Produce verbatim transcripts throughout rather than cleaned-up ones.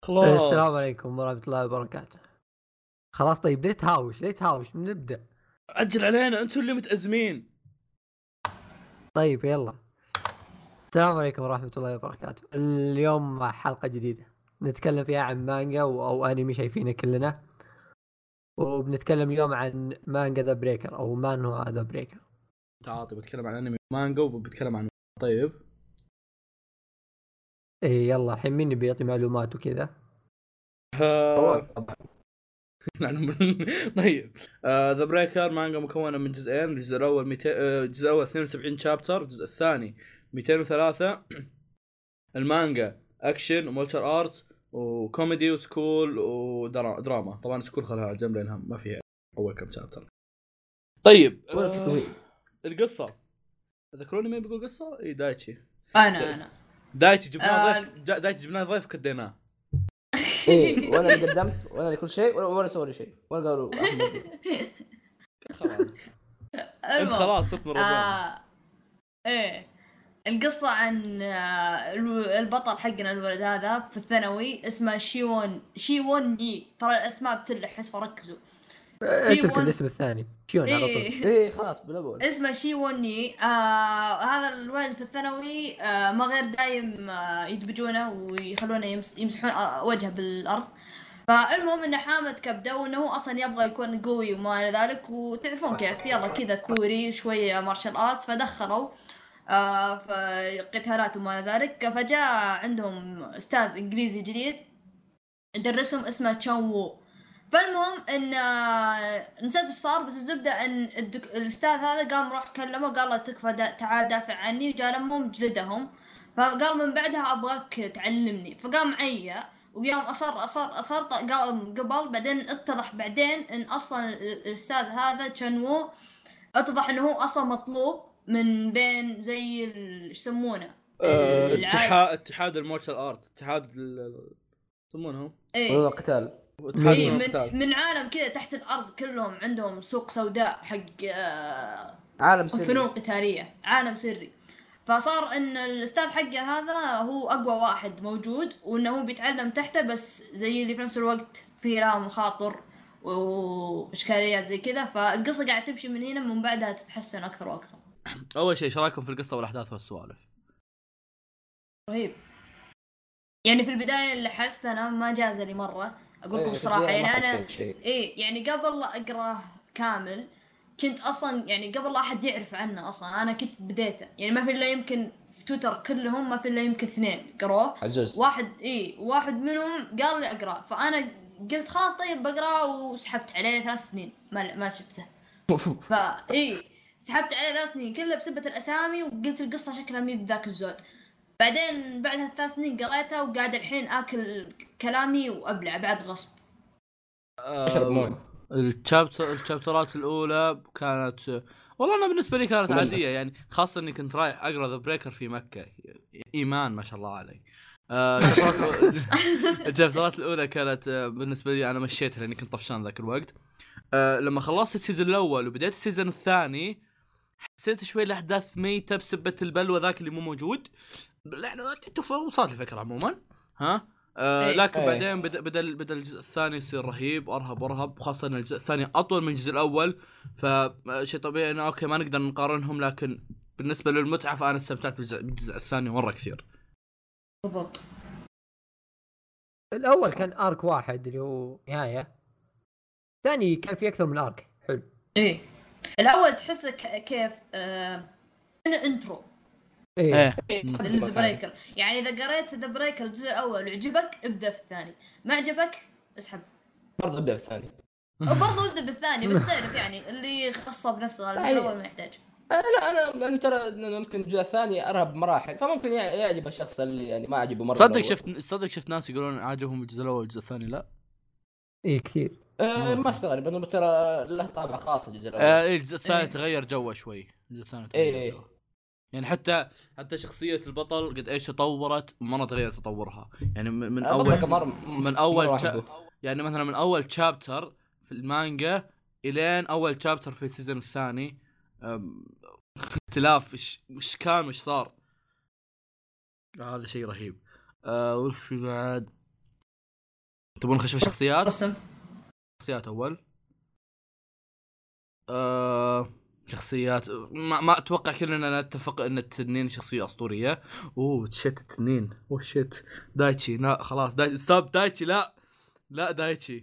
السلام خلاص عليكم ورحمة الله وبركاته. خلاص طيب ليه تهاوش ليه تهاوش نبدأ. اجل علينا، انتوا اللي متأزمين. طيب يلا. السلام عليكم ورحمة الله وبركاته. اليوم حلقة جديدة نتكلم فيها عن مانجا أو, أو أنمي شايفينه كلنا، وبنتكلم اليوم عن مانجا ذا بريكر أو مان هو ذا بريكر. تعاطي بتكلم عن انمي مانجا وبتكلم عن طيب إيه يلا الحين مين بيعطي معلومات وكذا؟ آه... طيب ذا بريكر مانجا مكونة من جزئين. الجزء الأول ميتين، الجزء الأول اثنين وسبعين شابتر، الجزء الثاني مئتين وثلاثة. المانجا أكشن ومولتر آرت وكوميدي وسكول ودراما. طبعا سكول خلها على جنب لأنها ما فيها أول كم شابتر. طيب آه... القصة ذكروني مين بيقول قصة؟ إيه دايتشي. انا انا دايتشي جبناه آه. ضيف، جا- دايتشي جبناه ضيف كديناه. ايه وانا اللي قدمت وانا اللي كل شيء ولا سوى لي شيء ولا قالوا احمد. خلاص انت المهم. خلاص صرت من ربعنا. آه. ايه القصة عن آه، الو- البطل حقنا الولد هذا في الثانوي اسمه شيوون شيوون ني. ترى الاسماء بتلحس فركزوا. اترك شيوون- الاسم الثاني شيون على طول. ايه ايه خلاص بالاول اسمه شيوون ني. آه هذا الولد في الثانوي آه ما غير دايم آه يدبجونه ويخلونه يمس يمسحون آه وجهه بالارض. فالمهم انه حامد كبده وانه هو اصلا يبغى يكون قوي وما الى ذلك، وتعرفون كيف يلا كذا كوري شويه مارشال ارتس. فدخلوا آه في قتالات وما الى ذلك. فجاء عندهم استاذ انجليزي جديد يدرسهم اسمه تشان وو. فالمهم ان آه، نسيت ايش صار، بس الزبده ان الدك... الاستاذ هذا قام راح كلمه وقال له تكفى دا... تعال دافع عني، وجاء لمهم جلدهم. فقال من بعدها ابغاك تعلمني. فقام عيا وقام اصر اصر اصر قام قبل. بعدين اتضح بعدين ان اصلا الاستاذ هذا تشانوو اتضح انه هو اصلا مطلوب من بين زي ال- ايش يسمونه آه، الع- اتحاد اتحاد المارشال ارت، اتحاد ال- يسمونهم ايه ولا القتال. اتحاد إيه من القتال. من عالم كذا تحت الارض كلهم عندهم سوق سوداء حق آه عالم سري. فنون قتاليه، عالم سري. فصار ان الاستاذ حقه هذا هو اقوى واحد موجود، وانه هو بيتعلم تحته، بس زي اللي في نفس الوقت في له مخاطر واشكاليات زي كذا. فالقصه قاعده تمشي من هنا، من بعدها تتحسن اكثر واكثر. اول شيء ايش رايكم في القصه والاحداث والسوالف؟ رهيب. يعني في البدايه اللي حست انا ما جاز لي مره اقول لكم إيه، بصراحه. في البداية يعني ما انا حسيت شيء. ايه يعني قبل لا اقراه كامل كنت اصلا يعني قبل لا احد يعرف عنه اصلا انا كنت بديته. يعني ما في الا يمكن في تويتر كلهم ما في الا يمكن اثنين قروه. عجزت. واحد ايه واحد منهم قال لي اقراه، فانا قلت خلاص طيب بقراه، وسحبت عليه ثلاث سنين ما ما شفته. فا ايه سحبت عليه ثلاث سنين كلها بسبة الاسامي، وقلت القصه شكلها مي بذاك الزود. بعدين بعد هالثلاث سنين قريتها، وقاعد الحين اكل كلامي وابلع بعد غصب. اشرب مويه. الشابتر الشابترات الاولى كانت والله انا بالنسبه لي كانت مملة. عاديه، يعني خاصه اني كنت رايح اقرا ذا بريكر في مكه. ايمان ما شاء الله علي. آه، الشابترات- الشابترات الاولى كانت آه، بالنسبه لي انا مشيتها لاني كنت طفشان ذاك الوقت. أه لما خلصت السيزون الاول وبديت السيزون الثاني حسيت شوي الاحداث ميته بسبه البلوى ذاك اللي مو موجود، لانه وصلت الفكره عموما. ها أه إيه. لكن إيه. بعدين بدا بدا بدا الجزء الثاني يصير رهيب، ارهب ارهب، خاصه ان الجزء الثاني اطول من الجزء الاول. فشيء طبيعي انه اوكي ما نقدر نقارنهم، لكن بالنسبه للمتعه فانا استمتعت بالجزء, بالجزء الثاني مره كثير. بالضبط. الاول كان ارك واحد اللي هو نهايه، ثاني كان في اكثر من ارك حلو. ايه الاول تحسه ك- كيف آه انه انترو ايه, إيه. ذا بريكر. يعني اذا قريت ذا بريكر الجزء الاول وعجبك ابدا في الثاني، ما عجبك اسحب برضه ابدا الثاني. وبرضه ابدا بالثاني. بس تعرف يعني اللي غصب نفسه على الجزء يعني- الاول ما يحتاج. آه، لا انا انا ترى إنه ممكن الجزء الثاني ارهب مراحل، فممكن يع- يعجب الشخص اللي يعني ما عجبه مره. صدق الأول. شفت صدق شفت ناس يقولون عاجبهم الجزء الاول والجزء الثاني لا. إيه كثير. آه ما استغرب انه ترى له طابع خاص الجزء الاول. آه، الجزء الثاني إيه. تغير جوه شوي. الجزء الثاني إيه، تغير إيه. جوه. يعني حتى حتى شخصية البطل قد ايش تطورت مرة تغير تطورها. يعني من, من آه، بطلك اول مرة من مرة اول واحدة. شا... يعني مثلا من اول شابتر في المانجا الين اول شابتر في السيزون الثاني أم، اختلاف ايش وش كان وش صار. هذا شيء رهيب. أه وش بعد تبون نخش في الشخصيات؟ رسم. شخصيات اول. آه... شخصيات ما, ما اتوقع كلنا نتفق ان التنين شخصيه اسطوريه. اوه شت التنين، اوه شت دايتشي. لا خلاص دايتشي ستوب دايتشي. لا لا دايتشي.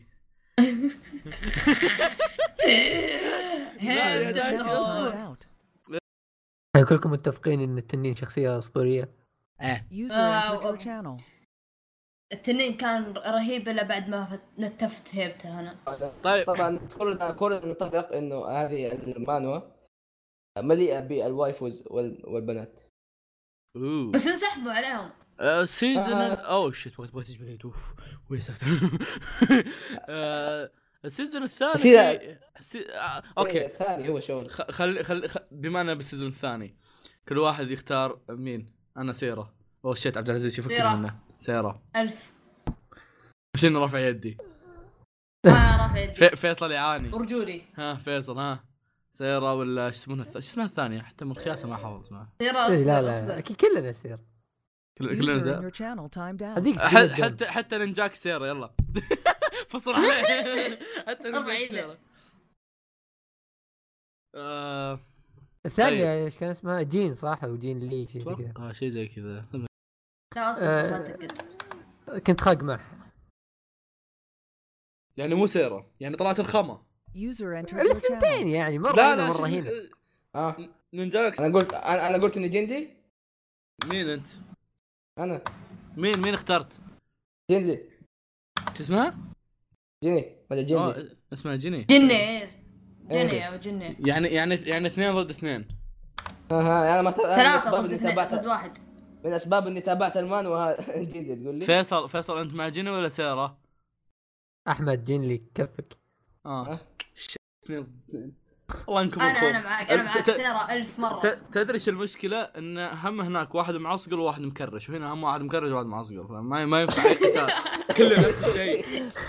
هي بتدرون. يعني كلكم متفقين ان التنين شخصيه اسطوريه؟ ايه آه، التنين كان رهيب الا بعد ما فت- نتفت هيبته انا. طيب طبعا كلنا كلنا نتفق انه هذه المانوا مليئه بالوايفوز وال- والبنات. اوه بس انسحبوا عليهم. آه سيزن آه. اوه شت بغيت بغيت تجبريت. اوف وي ساتر. آه السيزون الثاني سيزن- في سي... آه إيه، اوكي الثاني هو شغل. خ- خل خل خ... بما اننا بالسيزون الثاني كل واحد يختار مين. انا سيرة. اوه شت عبد العزيز يفكر سيرة. منه. سيرة ألف. مش انه رافع يدي. ما رافع يدي. في... فيصل يعاني. ورجولي. ها فيصل ها سيرة ولا شو اسمها الث... شو اسمها الثانية حتى من خياسة ما حافظ اسمها. سيرة إيه، لا اصبر لا اصبر. اكيد كلنا سير. كل... User كلنا in ذا. your channel timed out. هذيك حتى تقدم. حتى حتى ننجاك سيرة يلا. فصل عليه. حتى ارفع ننجاك يدك. سيرة. آه... الثانيه ايش كان اسمها؟ جين صح او جين لي شيء زي كذا. اتوقع شيء زي كذا. لا اصبر آه. اصبر خلنا نتأكد. كنت خاق معها. يعني مو سيرة يعني طلعت الخمة. User entered اللي your ثنتين channel. يعني مره لا هنا لا مره شوف- هنا. اه نينجاكس. انا قلت انا انا قلت اني جندي. مين انت؟ انا مين مين اخترت؟ جندي شو اسمها؟ جيني ولا جندي. آه اسمها جيني. جني جني او جني. يعني يعني يعني اثنين ضد اثنين. اها انا ما تابعت. من ثلاثة أسباب ضد إني اثنين تابعت- ضد واحد. من اسباب اني تابعت المانوا جندي تقول لي. فيصل فيصل انت مع جيني ولا سيرة؟ احمد جين لي كفك. اه أه. ش- اثنين ضد اثنين. والله انكم انا الخوف. انا معاك انا ت- معاك ت- سيرة ألف مرة. ت- تدري ايش المشكلة؟ ان هم هناك واحد معصقل وواحد مكرش وهنا هم واحد مكرش وواحد معصقل فما ما ينفع اي قتال. كله نفس الشيء.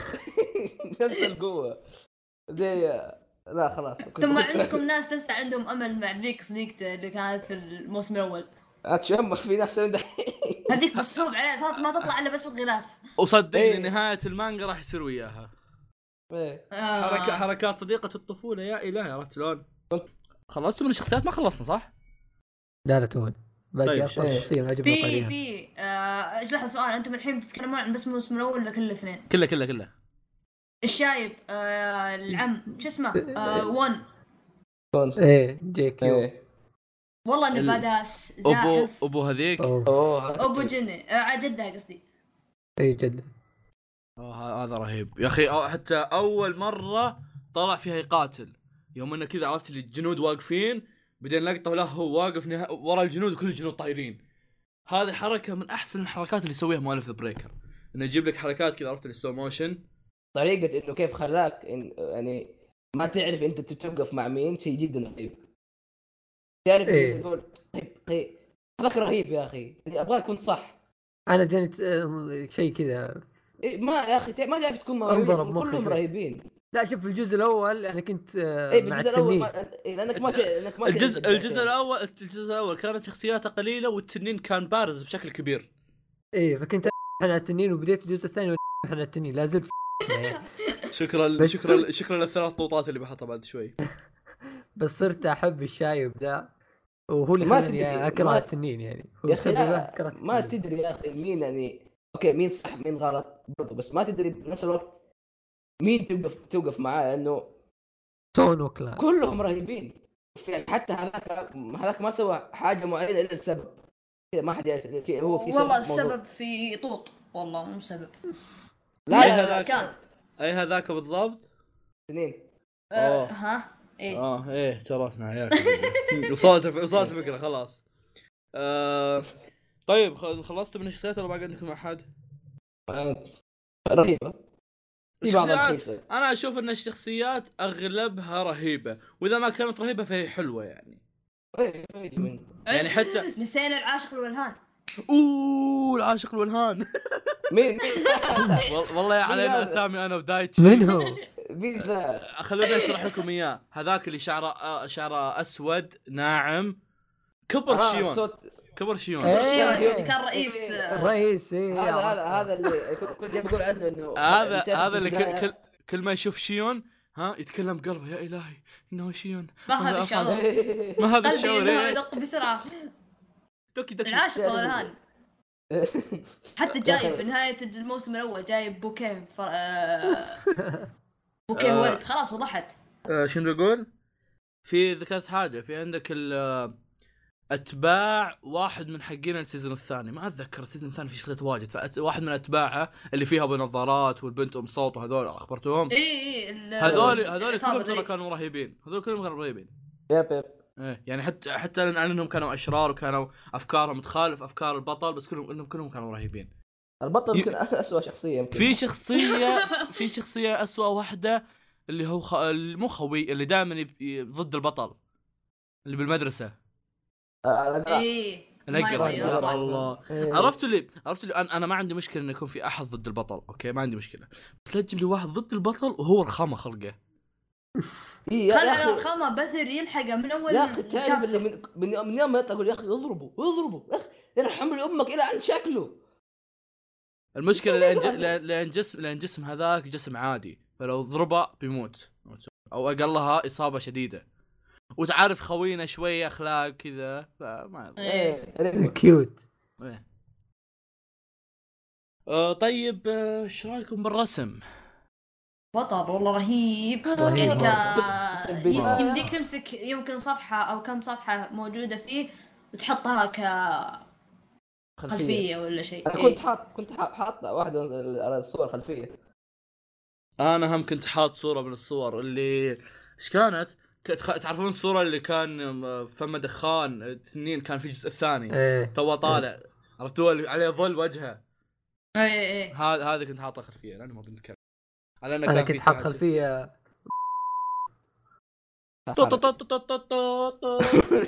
نفس القوه زي لا خلاص. ثم عندكم ناس لسه عندهم امل مع ذيك صديقته اللي كانت في الموسم الاول. اكشن في ناس دحين. هذيك مسحوب عليها صارت ما تطلع الا بس بالغلاف. وصدقني إيه. نهاية المانجا راح يصير وياها. إيه. آه. حركة حركات صديقة الطفولة يا إلهي. عرفت شلون؟ خلصتوا من الشخصيات؟ ما خلصنا صح؟ لا لا تون باقي طيب، اصلا شيء. شخصيه ما عجبني في طريقها. في آه، ايش لحظة سؤال، انتم الحين بتتكلمون عن بس الموسم الاول ولا كل الاثنين؟ كله كله كله. الشايب آه، العم شو اسمه آه، ون ايه جي كيو. ايه والله انه ال- باداس أبو زاحف. أبو هذيك. اوه اوه ابو جني آه، جدها قصدي. اي جد. آه هذا رهيب يا أخي. أو حتى أول مرة طلع فيها يقاتل يوم إنه كذا عرفت اللي الجنود واقفين بعدين لقطة له هو واقف نه... ورا الجنود وكل الجنود طايرين. هذه حركة من أحسن الحركات اللي يسويها مؤلف ذا بريكر. إنه يجيب لك حركات كذا عرفت السلو موشن. طريقه انه كيف خلاك إن يعني ما تعرف انت توقف مع مين شيء جدا رهيب. تعرف إيه. انت تقول طيب طيب هذاك رهيب يا اخي ابغى اكون صح. انا جاني ت- شيء كذا. إيه ما يا اخي ما تعرف تكون انضرب موهوب مخي كلهم شوي. رهيبين. لا شوف في الجزء الاول انا كنت آه، اي مع بالجزء الاول التنين. ما... إيه لانك ما ت... انك ما الجزء تعرف الجزء الأول الجزء الأول كانت شخصياته قليلة والتنين كان بارز بشكل كبير. ايه فكنت على التنين وبديت الجزء الثاني على التنين لا زلت يعني. شكرا بس- شكرا شكرا للثلاث طوطات اللي بحطها بعد شوي. بس صرت احب الشايب ذا وهو اللي ما خلاني تدري- اكره ما- التنين يعني. هو يا اخي سببه لا كرهت ما التنين. تدري يا اخي مين يعني اوكي مين صح مين غلط برضه بس ما تدري بنفس الوقت مين توقف توقف معاه انه تون وكلا كلهم رهيبين. في حتى هذاك هذاك ما سوى حاجه معينه الا السبب كذا ما حد يعرف كذا هو في سبب والله موجود. السبب في طوط والله مو سبب. لا أي لا يا هذاك؟ بس كان أي هذاك بالضبط؟ سنين آه، أوه. ها ايه اه ايه شرفنا حياك. وصلت وصلت الفكره خلاص. آه طيب خ- خلصتوا من الشخصيات ولا باقي عندكم احد؟ آه، رهيبه في بعض الشخصيات- رخيصه. انا اشوف ان الشخصيات اغلبها رهيبه واذا ما كانت رهيبه فهي حلوه يعني. إيه، إيه، من- يعني حتى نسينا العاشق والولهان. اوه العاشق الولهان. مين وال- والله يا علينا هذا؟ اسامي انا ودايتشي. من هو؟ مين ذا خلوني اشرح لكم اياه. هذاك اللي شعره آه، شعره اسود ناعم كبر آه، شيون. صوت كبر شيون إيه. شيون إيه. اللي كان رئيس إيه. الرئيس إيه، هذا هذا عرفته. هذا اللي كنت كنت جاي بقول عنه انه هذا تعرف هذا في اللي كل, البداية- كل كل ما يشوف شيون ها يتكلم بقلبه يا الهي انه شيون ما هذا ماذا الشعور أفعل؟ ما هذا قلبي الشعور انه إيه؟ يدق بسرعه دوكي دوكي العاشق والهان حتى يا جايب أخي. بنهايه الموسم الاول جايب بوكيه ف... آه، بوكيه آه. ولد خلاص وضحت آه، شنو بقول؟ في ذكرت حاجه في عندك ال اتباع واحد من حقين السيزون الثاني، ما اتذكر السيزون الثاني في شخصيات واجد، فواحد من اتباعه اللي فيها بنظارات والبنت ام صوت وهذول اخبرتهم اي اي ال- هذول هذول العصابة كلهم ترى ذيك. كانوا رهيبين، هذول كلهم كانوا رهيبين. يب يب ايه يعني حتى حتى عن انهم كانوا اشرار وكانوا افكارهم تخالف افكار البطل، بس كلهم انهم كلهم كانوا رهيبين. البطل ي- يمكن اسوء شخصيه يمكن في شخصيه في شخصيه اسوأ واحده اللي هو خ... مو خوي اللي دائما يب... ضد البطل اللي بالمدرسه آه، الأقرع. اي الاقرع ما يبغى يا يصلح. الله. إيه. عرفتوا اللي عرفتوا اللي انا انا ما عندي مشكله انه يكون في احد ضد البطل، اوكي ما عندي مشكله، بس لا تجيب لي واحد ضد البطل وهو رخامه خلقه. إيه، يا خل يا على اخي الخامة بثر يلحقه من اول يا اخي تعرف اللي chapter. من من يوم من يوم ما تقول يا اخي اضربه اضربه يا اخي يرحم لي امك الى عن شكله. المشكله لان ج... لان جسم لان جسم هذاك جسم عادي، فلو ضربه بيموت او اقلها اصابه شديده، وتعرف خوينا شويه اخلاق كذا فما ايه كيوت. إيه. آه طيب آه، ايش رايكم بالرسم؟ بطل والله رهيب. رهيب انت مرة. ي- يمديك تمسك يمكن صفحة او كم صفحة موجودة فيه وتحطها كخلفية ولا شيء. انا إيه. كنت حاط كنت حاط حاط واحده من الصور خلفيه. انا هم كنت حاط صوره من الصور اللي ايش كانت كنت خ... تعرفون الصوره اللي كان آه، فم دخان اثنين كان في الجزء الثاني ايه تو طالع عرفتوا اللي عليه ظل وجهه، ايه ايه هذا هذا كنت حاطه خلفيه لانه ما بنتكلم على انه انا كان كنت في حاط تحت- خلفيه طو- طو- طو- طو- طو- طو- طو.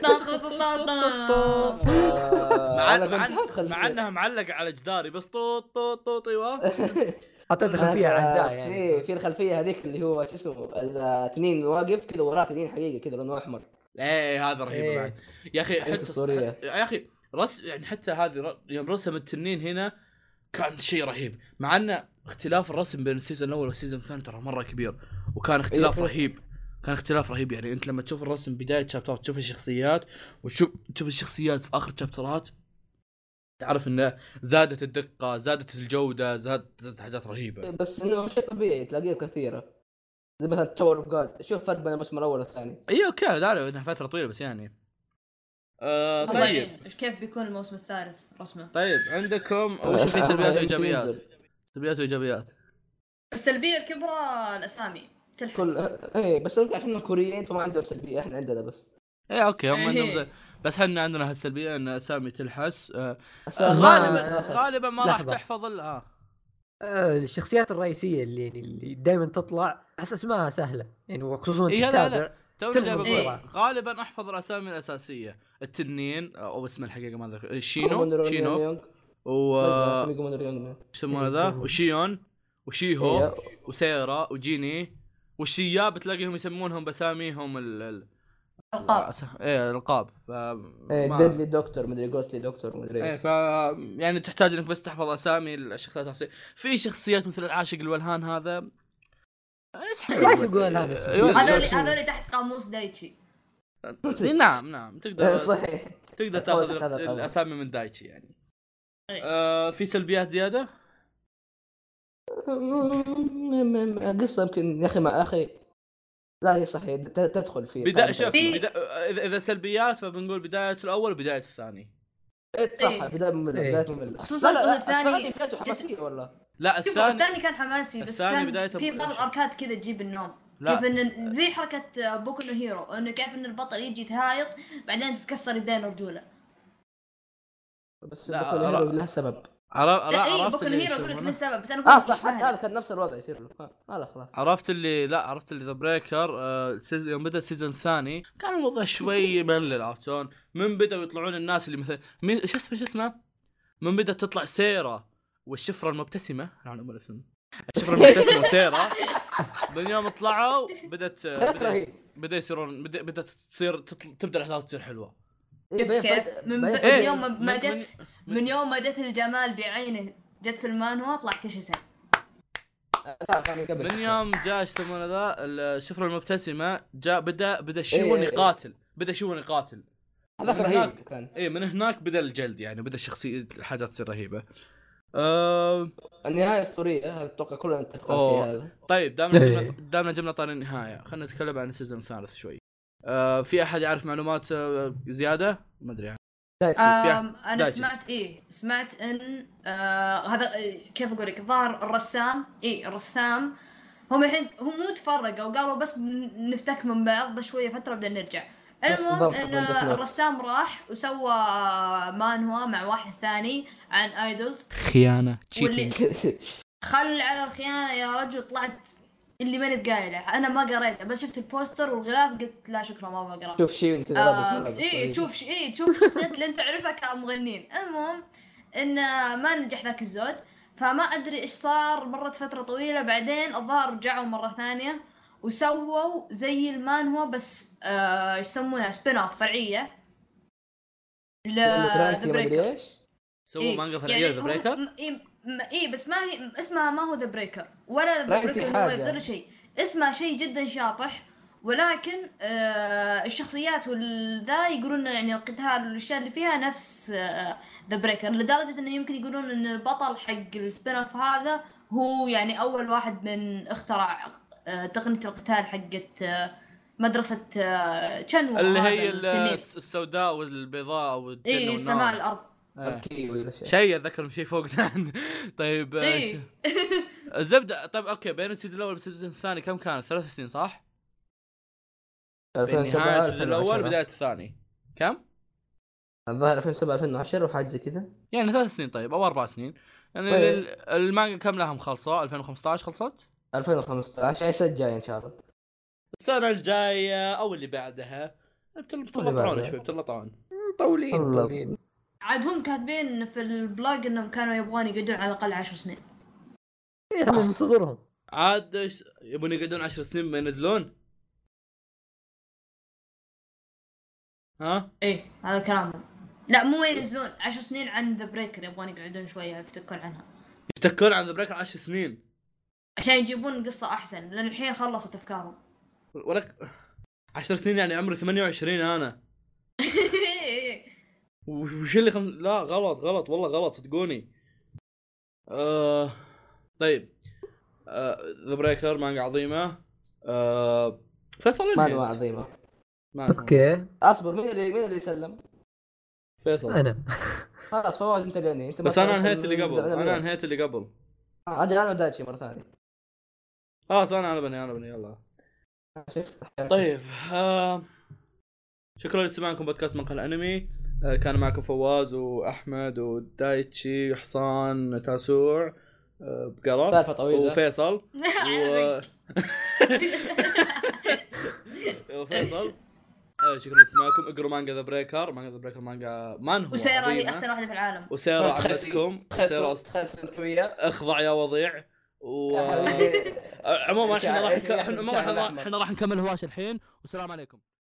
مع أنا مع كنت حاط خلفية. مع انها معلقه على جداري بس طوط طوط طوط ايوه. حطيت خلفيه عزاء يعني. في في الخلفيه هذيك اللي هو شو اسمه التنين واقف كذا وراه تنين حقيقي كذا لونه احمر. ايه هذا رهيب إيه. بعد يا اخي هذيك حتى الصورية. يا اخي رسم يعني حتى هذه ر- يوم رسم التنين هنا كان شيء رهيب، مع ان اختلاف الرسم بين السيزون الاول والسيزون الثاني ترى مره كبير، وكان اختلاف إيه. رهيب كان اختلاف رهيب. يعني انت لما تشوف الرسم بدايه شابترات تشوف الشخصيات وتشوف تشوف الشخصيات في اخر شابترات تعرف انه زادت الدقه زادت الجوده زادت زادت حاجات رهيبه. بس انه شيء طبيعي تلاقيه كثيره زي مثلا تاور اوف جاد. شوف فرق بين الموسم الاول والثاني. اي اوكي لا لا انها فتره طويله بس يعني آه الله طيب يعين. ايش كيف بيكون الموسم الثالث رسمه؟ طيب عندكم وش في سلبيات وايجابيات؟ سلبيات وايجابيات. السلبية الكبرى الاسامي كل تلحس. ايه بس يمكن عشان الكوريين فما عندهم سلبيه احنا عندنا بس. ايه اوكي هم إيه. عندهم زي- بس احنا عندنا هالسلبيه ان اسامي تلحس آه أسامي غالبا ما- غالبا ما راح لحظة. تحفظ ال اه آه، الشخصيات الرئيسيه اللي يعني اللي دائما تطلع احس اسمها سهله يعني، وخصوصا إيه هذا- تتابع توني تلحظ جاي بقول إيه. غالبا احفظ الاسامي الاساسيه التنين او اسم الحقيقه ما ذكر كومون شينو رونيون شينو يونغ. و بس اسمه كومون رونيون. يسمونه ذا وشيون وشيهو إيه. وسيرا وجيني والشياب بتلاقيهم يسمونهم باساميهم ال ال القاب. أس- ايه القاب ف ايه ما- ديدلي دكتور مدري جوستلي دكتور مدري ايه ايش. ف يعني تحتاج انك بس تحفظ اسامي الشخصيات الرئيسيه. في شخصيات مثل العاشق الولهان هذا ايش العاشق الولهان اسمه. أيوة. هذول هذول تحت قاموس دايتشي. نعم نعم إيه، تقدر صحيح. تقدر أتفق تاخذ هذا الخبر. الاسامي من دايتشي يعني. إيه. آه في سلبيات زياده. قصة يمكن يا اخي مع اخي لا هي صحيح ت- تدخل فيه. بدا شوف في- بدا... اذا اذا سلبيات فبنقول بدايه الاول وبدايه الثاني. إيه، صح إيه. بداية مملة إيه. بداية مملة. خصوصاً لا، لا، لا، الثاني الثاني بدايته حماسية والله. لا شوف الثاني الثاني كان حماسي بس الثاني كان بدايته في ب- بعض الاركات كذا تجيب النوم. لا. كيف ان زي حركة بوكو نو هيرو انه كيف ان البطل يجي يتهايط بعدين تتكسر يدين ورجوله. بس لا، بكل أرى- هيرو له سبب. عرف... لا اي عرفت بوكو نو اللي هيرو اقول لك يسمونه؟ له سبب بس انا اه اقول لك صح ايش فاهم. هذا كان نفس الوضع يصير له. آه، هذا خلاص. عرفت اللي لا عرفت اللي ذا بريكر آه سيز... يوم بدا السيزون الثاني كان الموضوع شوي ملل عرفت شلون؟ من بدأوا يطلعون الناس اللي مثل مين شو اسمه شو اسمه؟ من بدأ تطلع سيرا والشفرة المبتسمة انا ما اسمه الشفرة المبتسمة وسيرا من يوم طلعوا بدت بدأ بدا يصيرون بدا بدأت تصير تطل... تبدا الاحداث تصير حلوة إيه، شفت بين كيف فت- من, بين ب... فت- من يوم ما- من- ما من- جت من يوم ما جت الجمال بعينه جت في المانوا طلع كل شيء سهل. لا كان من قبل. من يوم جاء ايش يسمونه ذا الشفره المبتسمه جاء بدا بدا شيون إيه. يقاتل بدا شيون يقاتل هذاك من رهيب هناك- كان. ايه من هناك بدا الجلد يعني بدا الشخصيه الحاجات تصير رهيبه. أه... النهايه اسطوريه، هذا اتوقع كلنا نتفق على أوه. الشيء هذا. طيب دامنا إيه. جبنا دامنا جبنا طار النهايه خلينا نتكلم عن السيزون الثالث شوي. أه... في احد يعرف معلومات آه، زياده ما ادري يعني. دايتشي. آم انا دايتشي. سمعت ايه سمعت ان آه هذا إيه، كيف اقول لك الظاهر الرسام ايه الرسام هم الحين هم مو تفرقوا قالوا بس بن- نفتك من بعض بشويه فتره بدنا نرجع. المهم بالضبط، ان بالضبط. الرسام راح وسوى مانهوا مع واحد ثاني عن ايدولز خيانه واللي خل على الخيانه يا رجل. طلعت اللي ماني بقايله انا ما قريته بس شفت البوستر والغلاف قلت لا شكرا ما بقرا. شوف شيء كذا آه رابط. ايه تشوف ش... ايه تشوف شخصيات اللي انت تعرفها كمغنين. المهم ان ما نجح ذاك الزود فما ادري ايش صار. مرت فتره طويله بعدين الظاهر رجعوا مره ثانيه وسووا زي المانهوا بس آه يسمونها سبين اوف فرعيه ل المترانتي ذا ما ادري بريكر. ايش. سووا مانجا فرعيه ذا بريكر. اي إيه بس ما هي اسمها ما هو ذا بريكر ولا ذا بريكر بريكر حاجة. ويفز ولا شيء. اسمها شيء جدا شاطح ولكن آه الشخصيات والذا يقولون يعني القتال والاشياء اللي فيها نفس ذا آه بريكر لدرجه انه يمكن يقولون ان البطل حق السبين اوف هذا هو يعني اول واحد من اخترع آه تقنيه القتال حقت آه مدرسه آه تشنوا اللي هذا هي ال- التنين. السوداء والبيضاء والجنة ايه والنار. سماء الارض. آه. تركي ولا شيء. شيء اتذكر شيء فوق ذا. طيب آه، ايه ش- الزبده. طيب اوكي بين السيزون الاول والسيزون الثاني كم كانت؟ ثلاث سنين صح؟ بين ألفين وسبعة نهايه السيزون الاول ألفين وعشرة. بدايه الثاني كم؟ الظاهر ألفين وسبعة ألفين وعشرة وحاجه زي كذا. يعني ثلاث سنين طيب او اربع سنين يعني طيب. ال- المانجا كم لها مخلصه؟ ألفين وخمسة عشر خلصت؟ ألفين وخمسة عشر يعني السنه الجايه ان شاء الله. السنه الجايه او اللي بعدها بتل- بتطلعون بعدها. شوي بتطلعون. طولين الله. طولين. عاد هم كاتبين في البلاج انهم كانوا يبغون يقعدون على الاقل عشر سنين. إيه، انا منتظرهم. عاد إيش- يبون يقعدون عشر سنين ما ينزلون؟ ها؟ ايه هذا كلامهم. لا مو ينزلون عشر سنين عن ذا بريكر يبغون يقعدون شويه يفتكون عنها يفتكرون عن ذا بريكر عشر سنين عشان يجيبون قصه احسن لان الحين خلصت افكارهم. ولك عشر سنين يعني عمري ثمانية وعشرين انا. وش اللي خم... لا غلط غلط والله غلط صدقوني. آه... طيب ذا بريكر مانجا عظيمه. آه... فيصل ما انهيت. انواع عظيمه. ما اوكي اصبر مين اللي مين اللي يسلم؟ فيصل. انا خلاص فواز انت اللي يعني انت. بس انا انهيت اللي قبل انا انهيت اللي قبل. اجل انا ودايتشي مره ثانيه. خلاص انا انا بني انا بني يلا. شفت. طيب آه... شكرا لاستماعكم بودكاست منقل الانمي. آه كان معكم فواز واحمد ودايتشي وحصان تاسوع آه بقرة سالفه طويله. وفيصل و... عزق. وفيصل. آه شكرا لاستماعكم. اقروا مانجا ذا بريكر. مانجا ذا بريكر مانجا مان هو وسيرة هي عظيمة. احسن واحدة في العالم. وسيرة عجبتكم. سيرة أص... خسر انت وياه. اخضع يا وضيع و... يا حبيبي. عموما احنا راح إيش- إيش عموما الشعر احنا الأحمر؟ احنا راح نكمل هواش الحين والسلام عليكم.